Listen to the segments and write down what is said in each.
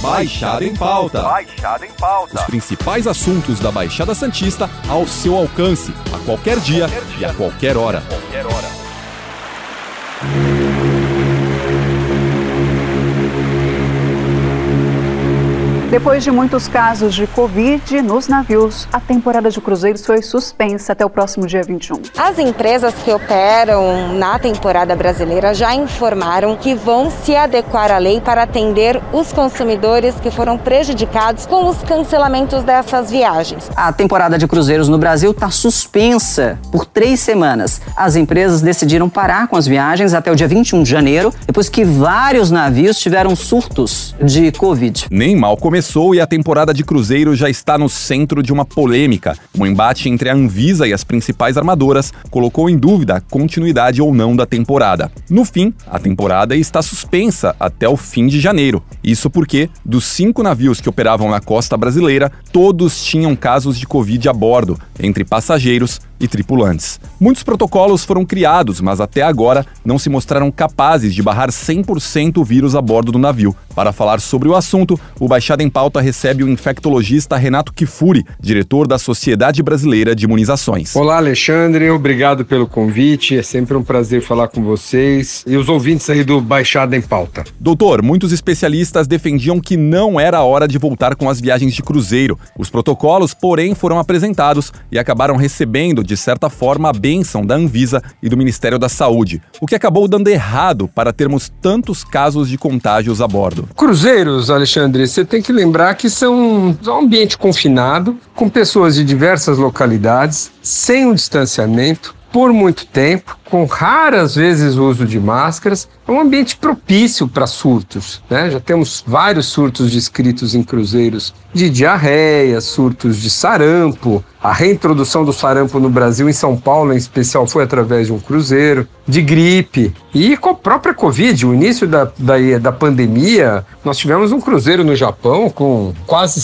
Baixada em Pauta. Baixada em Pauta. Os principais assuntos da Baixada Santista ao seu alcance, a qualquer dia e a qualquer hora. Depois de muitos casos de Covid nos navios, a temporada de cruzeiros foi suspensa até o próximo dia 21. As empresas que operam na temporada brasileira já informaram que vão se adequar à lei para atender os consumidores que foram prejudicados com os cancelamentos dessas viagens. A temporada de cruzeiros no Brasil está suspensa por 3 semanas. As empresas decidiram parar com as viagens até o dia 21 de janeiro, depois que vários navios tiveram surtos de Covid. Nem mal começou e a temporada de cruzeiro já está no centro de uma polêmica. Um embate entre a Anvisa e as principais armadoras colocou em dúvida a continuidade ou não da temporada. No fim, a temporada está suspensa até o fim de janeiro. Isso porque, dos 5 navios que operavam na costa brasileira, todos tinham casos de Covid a bordo, entre passageiros e tripulantes. Muitos protocolos foram criados, mas até agora não se mostraram capazes de barrar 100% o vírus a bordo do navio. Para falar sobre o assunto, o Baixada em Pauta recebe o infectologista Renato Kifuri, diretor da Sociedade Brasileira de Imunizações. Olá, Alexandre, obrigado pelo convite, é sempre um prazer falar com vocês e os ouvintes aí do Baixada em Pauta. Doutor, muitos especialistas defendiam que não era a hora de voltar com as viagens de cruzeiro. Os protocolos, porém, foram apresentados e acabaram recebendo, de certa forma, a bênção da Anvisa e do Ministério da Saúde, o que acabou dando errado para termos tantos casos de contágios a bordo. Cruzeiros, Alexandre, você tem que lembrar que são um ambiente confinado, com pessoas de diversas localidades, sem um distanciamento, por muito tempo, com raras vezes o uso de máscaras. É um ambiente propício para surtos, né? Já temos vários surtos descritos em cruzeiros de diarreia, surtos de sarampo. A reintrodução do sarampo no Brasil, em São Paulo em especial, foi através de um cruzeiro, de gripe. E com a própria Covid, o início da pandemia, nós tivemos um cruzeiro no Japão com quase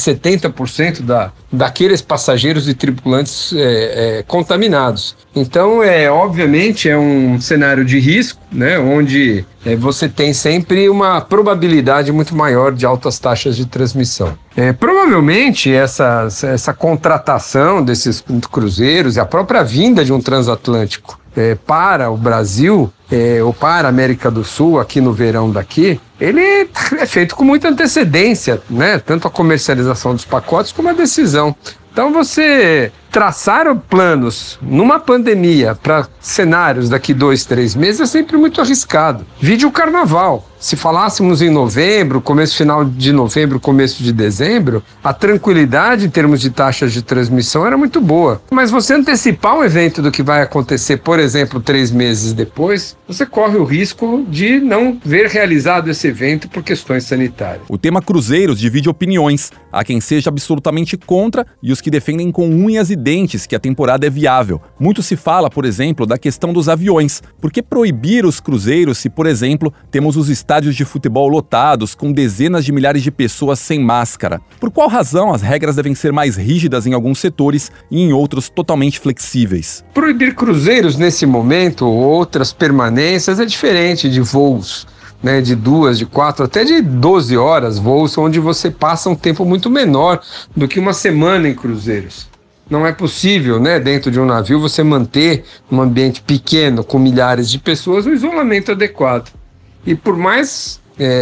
70% daqueles passageiros e tripulantes contaminados. Então, obviamente, é um cenário de risco, né, onde você tem sempre uma probabilidade muito maior de altas taxas de transmissão. Provavelmente essa contratação desses cruzeiros e a própria vinda de um transatlântico para o Brasil ou para a América do Sul, aqui no verão daqui, ele é feito com muita antecedência, né? Tanto a comercialização dos pacotes como a decisão. Então você traçar planos numa pandemia para cenários daqui 2, 3 meses é sempre muito arriscado. Vide o carnaval. Se falássemos em novembro, final de novembro, começo de dezembro, a tranquilidade em termos de taxas de transmissão era muito boa. Mas você antecipar um evento do que vai acontecer, por exemplo, 3 meses depois, você corre o risco de não ver realizado esse evento por questões sanitárias. O tema cruzeiros divide opiniões. Há quem seja absolutamente contra e os que defendem com unhas e dentes que a temporada é viável. Muito se fala, por exemplo, da questão dos aviões. Por que proibir os cruzeiros se, por exemplo, temos os estádios de futebol lotados com dezenas de milhares de pessoas sem máscara? Por qual razão as regras devem ser mais rígidas em alguns setores e em outros totalmente flexíveis? Proibir cruzeiros nesse momento ou outras permanências é diferente de voos, né, de 2, de 4, até de 12 horas, voos onde você passa um tempo muito menor do que uma semana em cruzeiros. Não é possível, né, dentro de um navio, você manter um ambiente pequeno com milhares de pessoas um isolamento adequado. E por mais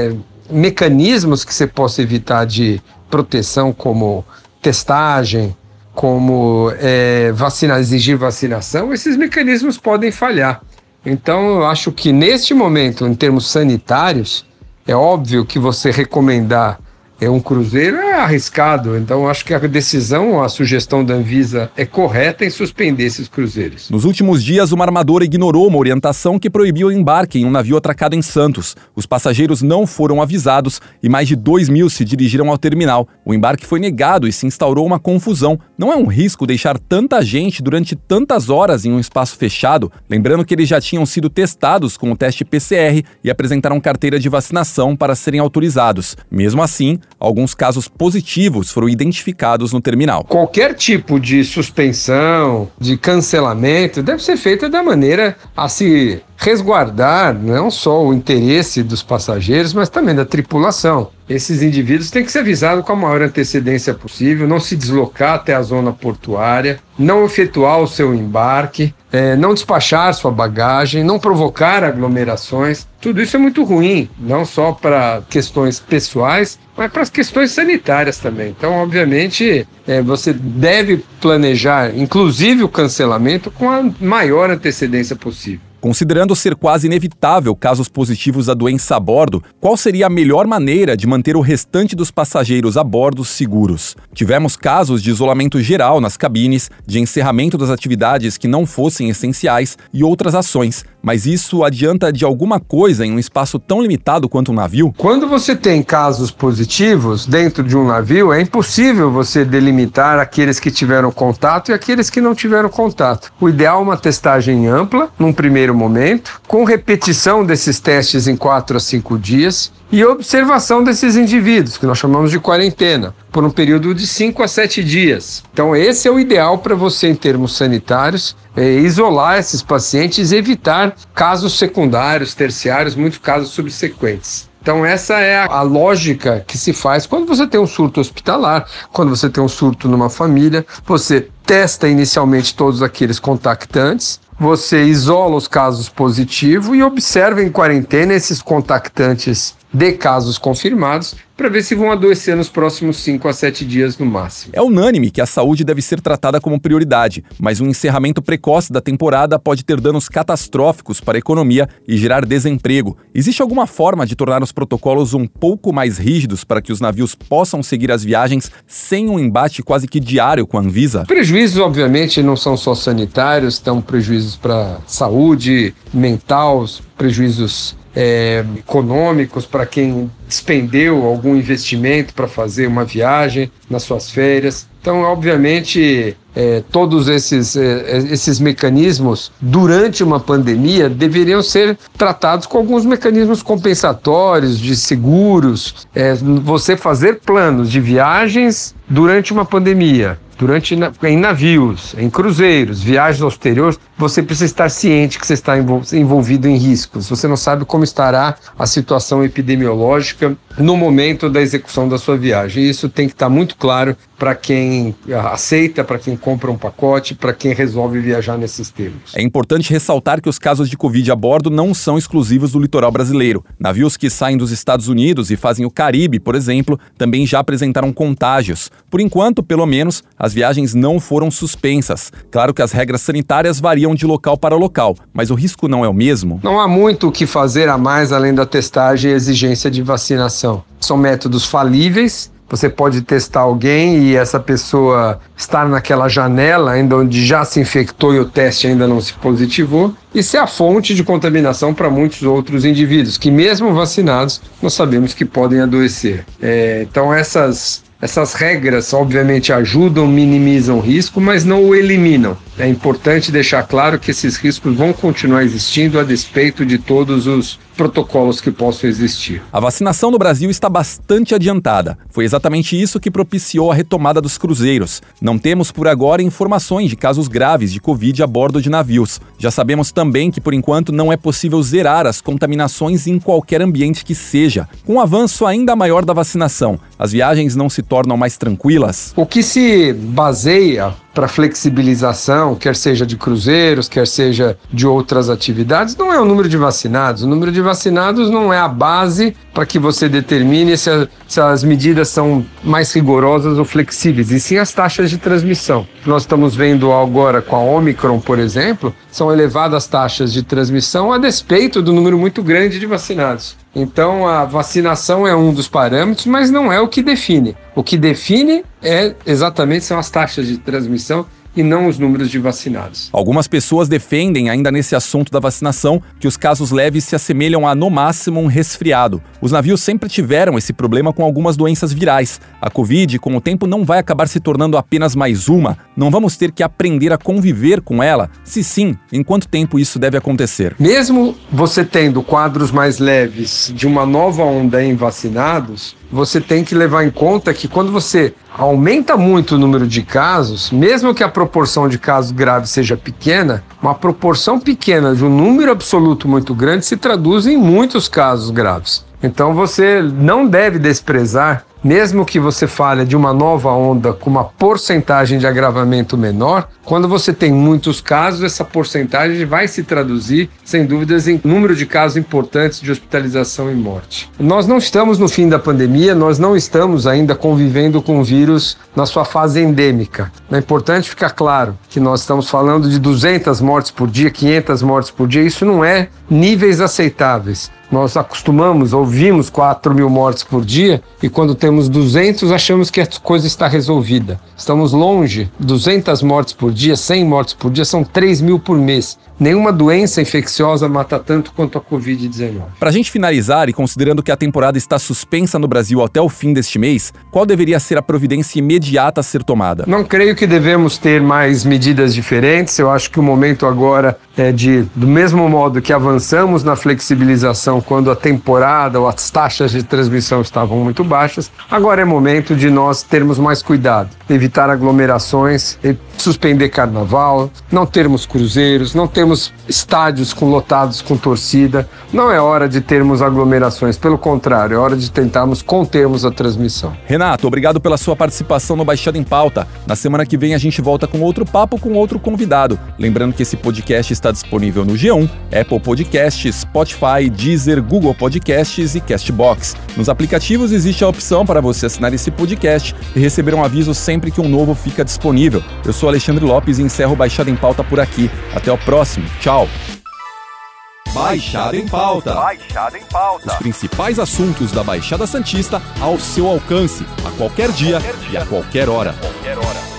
mecanismos que você possa evitar de proteção, como testagem, como exigir vacinação, esses mecanismos podem falhar. Então, eu acho que neste momento, em termos sanitários, é óbvio que você recomendar um cruzeiro é arriscado. Então, eu acho que a decisão, a sugestão da Anvisa é correta em suspender esses cruzeiros. Nos últimos dias, uma armadora ignorou uma orientação que proibia o embarque em um navio atracado em Santos. Os passageiros não foram avisados e mais de 2.000 se dirigiram ao terminal. O embarque foi negado e se instaurou uma confusão. Não é um risco deixar tanta gente durante tantas horas em um espaço fechado? Lembrando que eles já tinham sido testados com o teste PCR e apresentaram carteira de vacinação para serem autorizados. Mesmo assim, alguns casos positivos foram identificados no terminal. Qualquer tipo de suspensão, de cancelamento, deve ser feita da maneira a se resguardar não só o interesse dos passageiros, mas também da tripulação. Esses indivíduos têm que ser avisados com a maior antecedência possível, não se deslocar até a zona portuária, não efetuar o seu embarque, não despachar sua bagagem, não provocar aglomerações. Tudo isso é muito ruim, não só para questões pessoais, mas para as questões sanitárias também. Então, obviamente, você deve planejar, inclusive o cancelamento, com a maior antecedência possível. Considerando ser quase inevitável casos positivos da doença a bordo, qual seria a melhor maneira de manter o restante dos passageiros a bordo seguros? Tivemos casos de isolamento geral nas cabines, de encerramento das atividades que não fossem essenciais e outras ações, mas isso adianta de alguma coisa em um espaço tão limitado quanto um navio? Quando você tem casos positivos dentro de um navio, é impossível você delimitar aqueles que tiveram contato e aqueles que não tiveram contato. O ideal é uma testagem ampla, num primeiro momento, com repetição desses testes em 4 a 5 dias e observação desses indivíduos, que nós chamamos de quarentena, por um período de 5 a 7 dias. Então esse é o ideal para você, em termos sanitários, isolar esses pacientes e evitar casos secundários, terciários, muitos casos subsequentes. Então essa é a lógica que se faz quando você tem um surto hospitalar, quando você tem um surto numa família, você testa inicialmente todos aqueles contactantes, você isola os casos positivos e observa em quarentena esses contactantes de casos confirmados para ver se vão adoecer nos próximos 5 a 7 dias no máximo. É unânime que a saúde deve ser tratada como prioridade, mas um encerramento precoce da temporada pode ter danos catastróficos para a economia e gerar desemprego. Existe alguma forma de tornar os protocolos um pouco mais rígidos para que os navios possam seguir as viagens sem um embate quase que diário com a Anvisa? Prejuízos, obviamente, não são só sanitários, estão prejuízos para a saúde mental, prejuízos econômicos para quem despendeu algum investimento para fazer uma viagem nas suas férias. Então, obviamente, todos esses mecanismos, durante uma pandemia, deveriam ser tratados com alguns mecanismos compensatórios, de seguros, você fazer planos de viagens durante uma pandemia, em navios, em cruzeiros, viagens ao exterior, você precisa estar ciente que você está envolvido em riscos. Você não sabe como estará a situação epidemiológica no momento da execução da sua viagem. E isso tem que estar muito claro para quem aceita, para quem compra um pacote, para quem resolve viajar nesses termos. É importante ressaltar que os casos de Covid a bordo não são exclusivos do litoral brasileiro. Navios que saem dos Estados Unidos e fazem o Caribe, por exemplo, também já apresentaram contágios. Por enquanto, pelo menos, as viagens não foram suspensas. Claro que as regras sanitárias variam de local para local, mas o risco não é o mesmo. Não há muito o que fazer a mais além da testagem e exigência de vacinação. São métodos falíveis. Você pode testar alguém e essa pessoa estar naquela janela ainda onde já se infectou e o teste ainda não se positivou. Isso é a fonte de contaminação para muitos outros indivíduos, que mesmo vacinados, nós sabemos que podem adoecer. Então essas regras, obviamente, ajudam, minimizam o risco, mas não o eliminam. É importante deixar claro que esses riscos vão continuar existindo a despeito de todos os protocolos que possam existir. A vacinação no Brasil está bastante adiantada. Foi exatamente isso que propiciou a retomada dos cruzeiros. Não temos, por agora, informações de casos graves de Covid a bordo de navios. Já sabemos também que, por enquanto, não é possível zerar as contaminações em qualquer ambiente que seja. Com um avanço ainda maior da vacinação, as viagens não se tornam mais tranquilas? O que se baseia para flexibilização, quer seja de cruzeiros, quer seja de outras atividades, não é o número de vacinados. O número de vacinados não é a base para que você determine se as medidas são mais rigorosas ou flexíveis, e sim as taxas de transmissão. O que nós estamos vendo agora com a Omicron, por exemplo, são elevadas taxas de transmissão a despeito do número muito grande de vacinados. Então a vacinação é um dos parâmetros, mas não é o que define. O que define são as taxas de transmissão e não os números de vacinados. Algumas pessoas defendem, ainda nesse assunto da vacinação, que os casos leves se assemelham a, no máximo, um resfriado. Os navios sempre tiveram esse problema com algumas doenças virais. A Covid, com o tempo, não vai acabar se tornando apenas mais uma. Não vamos ter que aprender a conviver com ela? Se sim, em quanto tempo isso deve acontecer? Mesmo você tendo quadros mais leves de uma nova onda em vacinados, você tem que levar em conta que quando você aumenta muito o número de casos, mesmo que a proporção proporção de casos graves seja pequena, uma proporção pequena de um número absoluto muito grande se traduz em muitos casos graves. Então você não deve desprezar, mesmo que você fale de uma nova onda com uma porcentagem de agravamento menor, quando você tem muitos casos, essa porcentagem vai se traduzir, sem dúvidas, em número de casos importantes de hospitalização e morte. Nós não estamos no fim da pandemia, nós não estamos ainda convivendo com o vírus na sua fase endêmica. É importante ficar claro que nós estamos falando de 200 mortes por dia, 500 mortes por dia, isso não é níveis aceitáveis. Nós acostumamos, ouvimos 4.000 mortes por dia e quando temos 200 achamos que a coisa está resolvida. Estamos longe, 200 mortes por dia, 100 mortes por dia, são 3.000 por mês. Nenhuma doença infecciosa mata tanto quanto a Covid-19. Para a gente finalizar e considerando que a temporada está suspensa no Brasil até o fim deste mês, qual deveria ser a providência imediata a ser tomada? Não creio que devemos ter mais medidas diferentes. Eu acho que o momento agora é do mesmo modo que avançamos na flexibilização quando a temporada ou as taxas de transmissão estavam muito baixas, agora é momento de nós termos mais cuidado, evitar aglomerações, suspender carnaval, não termos cruzeiros, não termos estádios lotados com torcida. Não é hora de termos aglomerações, pelo contrário, é hora de tentarmos contermos a transmissão. Renato, obrigado pela sua participação no Baixada em Pauta. Na semana que vem a gente volta com outro papo com outro convidado. Lembrando que esse podcast está disponível no G1, Apple Podcasts, Spotify, Deezer, Google Podcasts e Castbox. Nos aplicativos existe a opção para você assinar esse podcast e receber um aviso sempre que um novo fica disponível. Eu sou Alexandre Lopes e encerro o Baixada em Pauta por aqui. Até o próximo. Tchau. Baixada em Pauta. Baixada em Pauta. Os principais assuntos da Baixada Santista ao seu alcance, a qualquer dia e a qualquer hora.